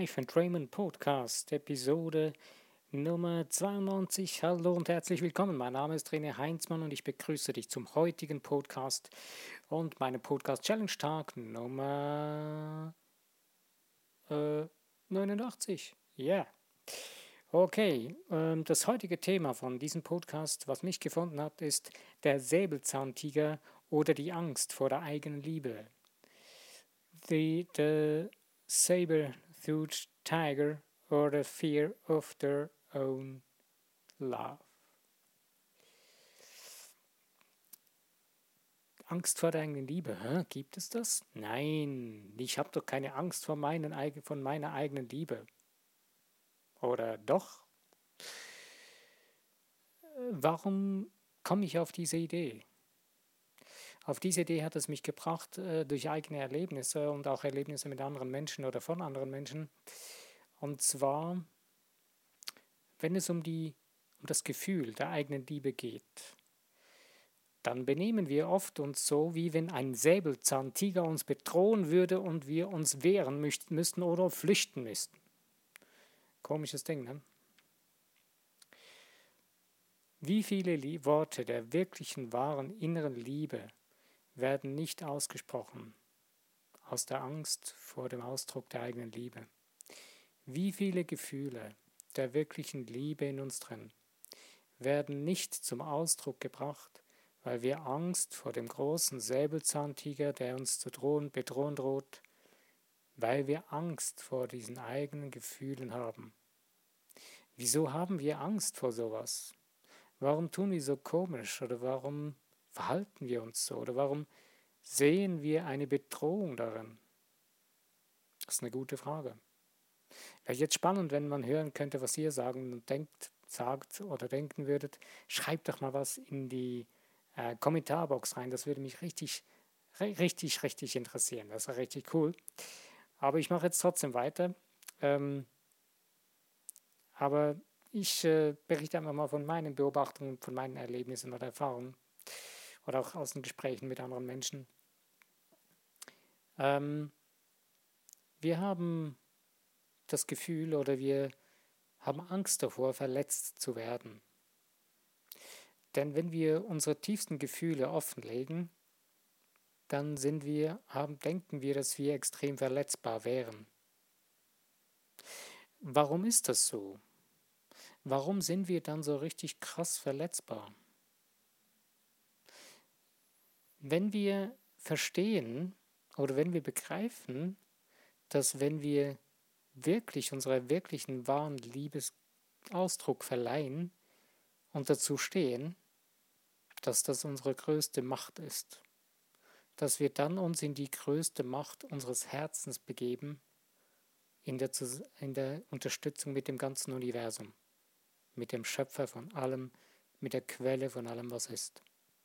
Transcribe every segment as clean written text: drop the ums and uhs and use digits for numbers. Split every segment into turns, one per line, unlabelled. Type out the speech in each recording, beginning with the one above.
Life and Raymond Podcast, Episode Nummer 92. Hallo und herzlich willkommen. Mein Name ist René Heinzmann und ich begrüße dich zum heutigen Podcast und meinem Podcast Challenge Tag Nummer 89. Ja. Yeah. Okay, das heutige Thema von diesem Podcast, was mich gefunden hat, ist der Säbelzahntiger oder die Angst vor der eigenen Liebe. The saber-toothed tiger or the fear of their own love. Angst vor der eigenen Liebe, gibt es das? Nein, ich habe doch keine Angst vor von meiner eigenen Liebe. Oder doch? Warum komme ich auf diese Idee? Auf diese Idee hat es mich gebracht durch eigene Erlebnisse und auch Erlebnisse mit anderen Menschen oder von anderen Menschen. Und zwar, wenn es um das Gefühl der eigenen Liebe geht, dann benehmen wir oft uns so, wie wenn ein Säbelzahntiger uns bedrohen würde und wir uns wehren müssten oder flüchten müssten. Komisches Ding, ne? Wie viele Worte der wirklichen, wahren inneren Liebe werden nicht ausgesprochen, aus der Angst vor dem Ausdruck der eigenen Liebe? Wie viele Gefühle der wirklichen Liebe in uns drin werden nicht zum Ausdruck gebracht, weil wir Angst vor dem großen Säbelzahntiger, der uns zu bedrohen droht, weil wir Angst vor diesen eigenen Gefühlen haben. Wieso haben wir Angst vor sowas? Warum tun wir so komisch oder warum verhalten wir uns so oder warum sehen wir eine Bedrohung darin? Das ist eine gute Frage. Wäre jetzt spannend, wenn man hören könnte, was ihr sagen und sagt oder denken würdet. Schreibt doch mal was in die Kommentarbox rein. Das würde mich richtig interessieren. Das wäre richtig cool. Aber ich mache jetzt trotzdem weiter. Aber ich berichte einfach mal von meinen Beobachtungen, von meinen Erlebnissen oder Erfahrungen oder auch aus den Gesprächen mit anderen Menschen. Wir haben das Gefühl oder wir haben Angst davor, verletzt zu werden. Denn wenn wir unsere tiefsten Gefühle offenlegen, dann denken wir, dass wir extrem verletzbar wären. Warum ist das so? Warum sind wir dann so richtig krass verletzbar? Wenn wir verstehen oder wenn wir begreifen, dass wenn wir wirklich unserer wirklichen wahren Liebesausdruck verleihen und dazu stehen, dass das unsere größte Macht ist, dass wir dann uns in die größte Macht unseres Herzens begeben, in der Unterstützung mit dem ganzen Universum, mit dem Schöpfer von allem, mit der Quelle von allem, was ist.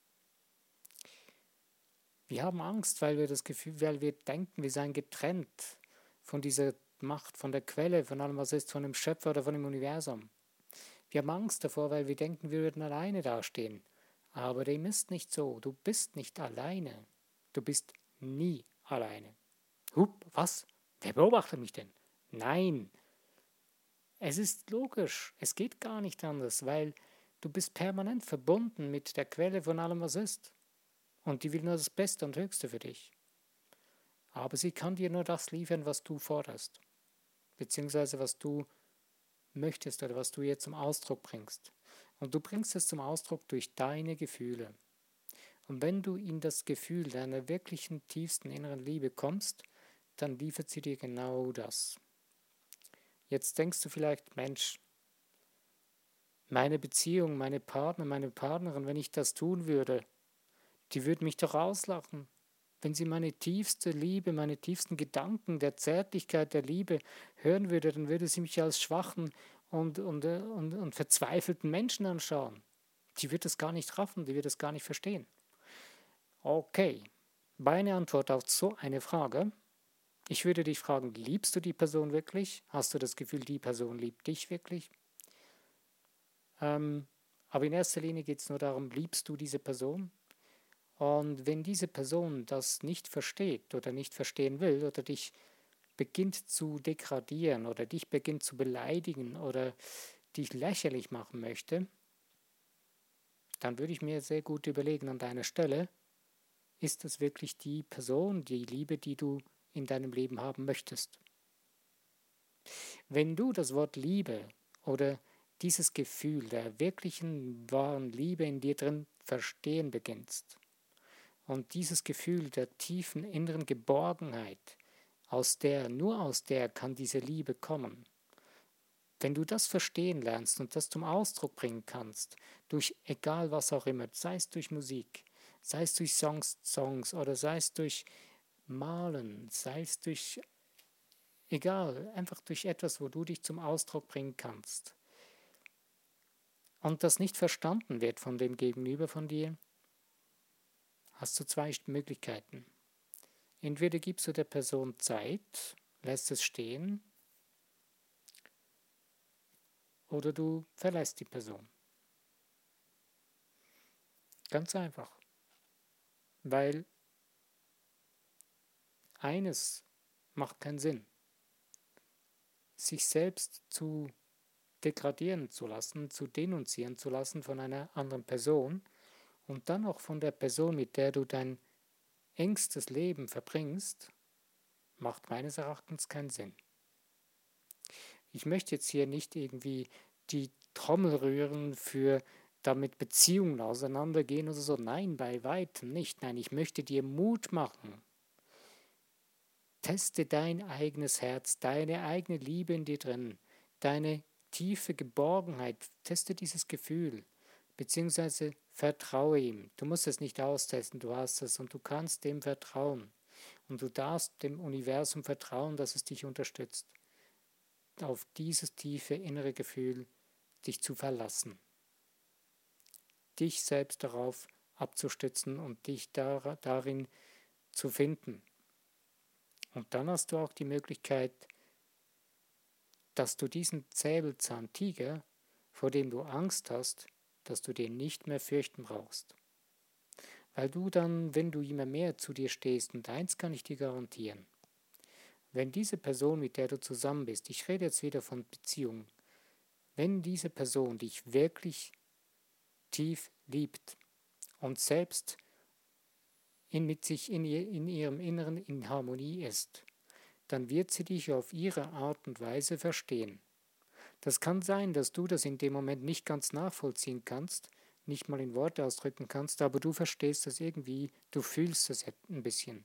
Wir haben Angst, weil wir denken, wir seien getrennt von dieser Macht, von der Quelle, von allem, was ist, von dem Schöpfer oder von dem Universum. Wir haben Angst davor, weil wir denken, wir würden alleine dastehen. Aber dem ist nicht so. Du bist nicht alleine. Du bist nie alleine. Was? Wer beobachtet mich denn? Nein. Es ist logisch. Es geht gar nicht anders, weil du bist permanent verbunden mit der Quelle von allem, was ist. Und die will nur das Beste und Höchste für dich. Aber sie kann dir nur das liefern, was du forderst. Beziehungsweise was du möchtest oder was du jetzt zum Ausdruck bringst. Und du bringst es zum Ausdruck durch deine Gefühle. Und wenn du in das Gefühl deiner wirklichen tiefsten inneren Liebe kommst, dann liefert sie dir genau das. Jetzt denkst du vielleicht, Mensch, meine Beziehung, meine Partnerin, wenn ich das tun würde, die würde mich doch auslachen. Wenn sie meine tiefste Liebe, meine tiefsten Gedanken der Zärtlichkeit, der Liebe hören würde, dann würde sie mich als schwachen und verzweifelten Menschen anschauen. Die wird es gar nicht raffen, die wird es gar nicht verstehen. Okay, meine Antwort auf so eine Frage: Ich würde dich fragen, liebst du die Person wirklich? Hast du das Gefühl, die Person liebt dich wirklich? Aber in erster Linie geht es nur darum, liebst du diese Person? Und wenn diese Person das nicht versteht oder nicht verstehen will oder dich beginnt zu degradieren oder dich beginnt zu beleidigen oder dich lächerlich machen möchte, dann würde ich mir sehr gut überlegen an deiner Stelle, ist das wirklich die Person, die Liebe, die du in deinem Leben haben möchtest? Wenn du das Wort Liebe oder dieses Gefühl der wirklichen, wahren Liebe in dir drin verstehen beginnst und dieses Gefühl der tiefen inneren Geborgenheit, nur aus der kann diese Liebe kommen. Wenn du das verstehen lernst und das zum Ausdruck bringen kannst, durch egal was auch immer, sei es durch Musik, sei es durch Songs oder sei es durch Malen, sei es durch, egal, einfach durch etwas, wo du dich zum Ausdruck bringen kannst und das nicht verstanden wird von dem Gegenüber von dir, hast du zwei Möglichkeiten. Entweder gibst du der Person Zeit, lässt es stehen, oder du verlässt die Person. Ganz einfach. Weil eines macht keinen Sinn. Sich selbst zu degradieren zu lassen, zu denunzieren zu lassen von einer anderen Person und dann auch von der Person, mit der du dein engstes Leben verbringst, macht meines Erachtens keinen Sinn. Ich möchte jetzt hier nicht irgendwie die Trommel rühren für damit Beziehungen auseinandergehen oder so. Nein, bei weitem nicht. Nein, ich möchte dir Mut machen. Teste dein eigenes Herz, deine eigene Liebe in dir drin, deine tiefe Geborgenheit. Teste dieses Gefühl, beziehungsweise vertraue ihm. Du musst es nicht austesten, du hast es und du kannst dem vertrauen. Und du darfst dem Universum vertrauen, dass es dich unterstützt, auf dieses tiefe innere Gefühl dich zu verlassen. Dich selbst darauf abzustützen und dich darin zu finden. Und dann hast du auch die Möglichkeit, dass du diesen Säbelzahntiger, vor dem du Angst hast, dass du den nicht mehr fürchten brauchst. Weil du dann, wenn du immer mehr zu dir stehst, und eins kann ich dir garantieren, wenn diese Person, mit der du zusammen bist, ich rede jetzt wieder von Beziehungen, wenn diese Person dich wirklich tief liebt und selbst mit sich in ihrem Inneren in Harmonie ist, dann wird sie dich auf ihre Art und Weise verstehen. Das kann sein, dass du das in dem Moment nicht ganz nachvollziehen kannst, nicht mal in Worte ausdrücken kannst, aber du verstehst das irgendwie, du fühlst das ein bisschen.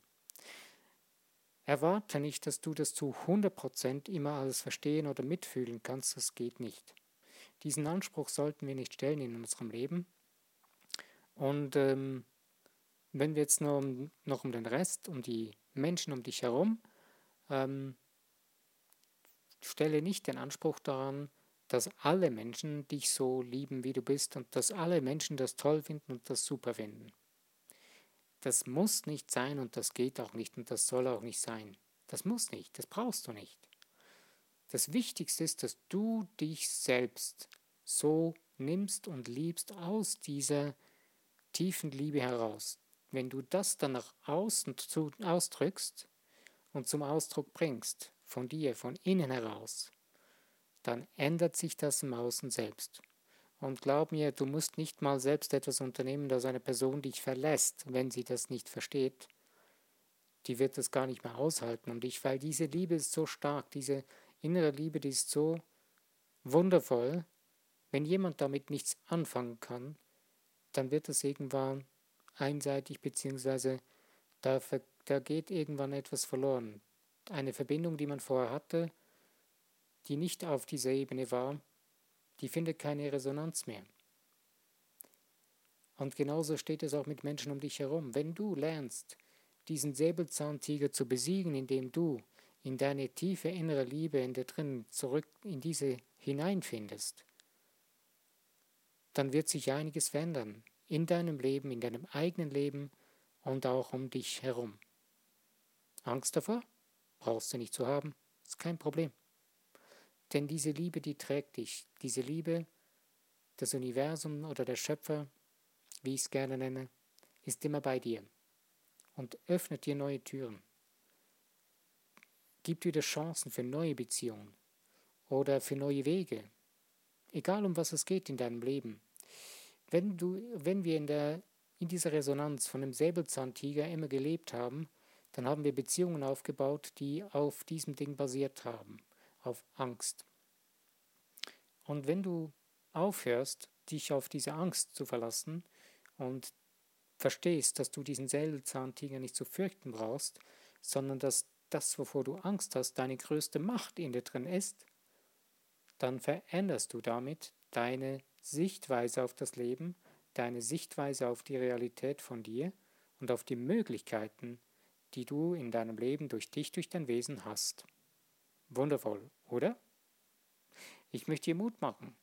Erwarte nicht, dass du das zu 100% immer alles verstehen oder mitfühlen kannst, das geht nicht. Diesen Anspruch sollten wir nicht stellen in unserem Leben. Und wenn wir jetzt noch um den Rest, um die Menschen um dich herum, stelle nicht den Anspruch daran, dass alle Menschen dich so lieben, wie du bist und dass alle Menschen das toll finden und das super finden. Das muss nicht sein und das geht auch nicht und das soll auch nicht sein. Das muss nicht, das brauchst du nicht. Das Wichtigste ist, dass du dich selbst so nimmst und liebst aus dieser tiefen Liebe heraus. Wenn du das dann nach außen ausdrückst und zum Ausdruck bringst, von dir, von innen heraus, dann ändert sich das im Außen selbst. Und glaub mir, du musst nicht mal selbst etwas unternehmen, dass eine Person dich verlässt, wenn sie das nicht versteht. Die wird das gar nicht mehr aushalten weil diese Liebe ist so stark, diese innere Liebe, die ist so wundervoll. Wenn jemand damit nichts anfangen kann, dann wird es irgendwann einseitig, beziehungsweise da geht irgendwann etwas verloren. Eine Verbindung, die man vorher hatte, die nicht auf dieser Ebene war, die findet keine Resonanz mehr. Und genauso steht es auch mit Menschen um dich herum. Wenn du lernst, diesen Säbelzahntiger zu besiegen, indem du in deine tiefe innere Liebe in dir drin zurück in diese hineinfindest, dann wird sich einiges verändern in deinem Leben, in deinem eigenen Leben und auch um dich herum. Angst davor? Brauchst du nicht zu haben, ist kein Problem. Denn diese Liebe, die trägt dich. Diese Liebe, das Universum oder der Schöpfer, wie ich es gerne nenne, ist immer bei dir und öffnet dir neue Türen. gibt wieder Chancen für neue Beziehungen oder für neue Wege. Egal um was es geht in deinem Leben. Wenn wir in dieser Resonanz von dem Säbelzahntiger immer gelebt haben, dann haben wir Beziehungen aufgebaut, die auf diesem Ding basiert haben, auf Angst. Und wenn du aufhörst, dich auf diese Angst zu verlassen und verstehst, dass du diesen Säbelzahntiger nicht zu fürchten brauchst, sondern dass das, wovor du Angst hast, deine größte Macht in dir drin ist, dann veränderst du damit deine Sichtweise auf das Leben, deine Sichtweise auf die Realität von dir und auf die Möglichkeiten, die du in deinem Leben durch dich, durch dein Wesen hast. Wundervoll, oder? Ich möchte dir Mut machen.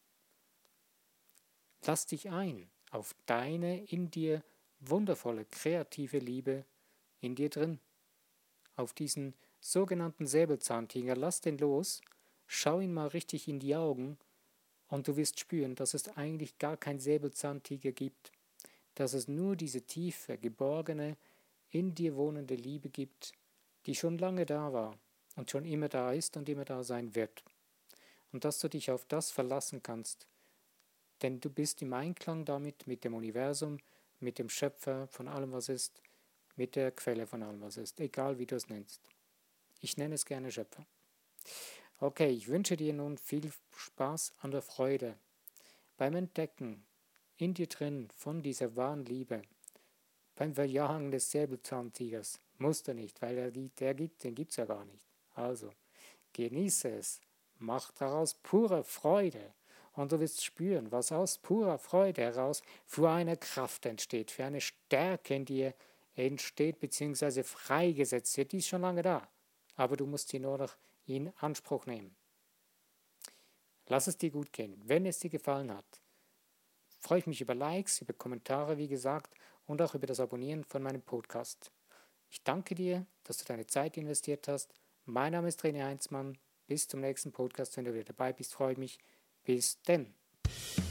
Lass dich ein auf deine in dir wundervolle, kreative Liebe in dir drin. Auf diesen sogenannten Säbelzahntiger, lass den los, schau ihn mal richtig in die Augen und du wirst spüren, dass es eigentlich gar kein Säbelzahntiger gibt, dass es nur diese tiefe, geborgene, in dir wohnende Liebe gibt, die schon lange da war und schon immer da ist und immer da sein wird. Und dass du dich auf das verlassen kannst, denn du bist im Einklang damit, mit dem Universum, mit dem Schöpfer von allem, was ist, mit der Quelle von allem, was ist, egal wie du es nennst. Ich nenne es gerne Schöpfer. Okay, ich wünsche dir nun viel Spaß an der Freude beim Entdecken in dir drin von dieser wahren Liebe, beim Verjagen des Säbelzahntigers. Musst du nicht, weil den gibt es ja gar nicht. Also, genieße es, mach daraus pure Freude und du wirst spüren, was aus purer Freude heraus für eine Kraft entsteht, für eine Stärke in dir entsteht bzw. freigesetzt wird. Die ist schon lange da, aber du musst sie nur noch in Anspruch nehmen. Lass es dir gut gehen. Wenn es dir gefallen hat, freue ich mich über Likes, über Kommentare, wie gesagt, und auch über das Abonnieren von meinem Podcast. Ich danke dir, dass du deine Zeit investiert hast. Mein Name ist René Heinzmann. Bis zum nächsten Podcast. Wenn du wieder dabei bist, freue ich mich. Bis denn.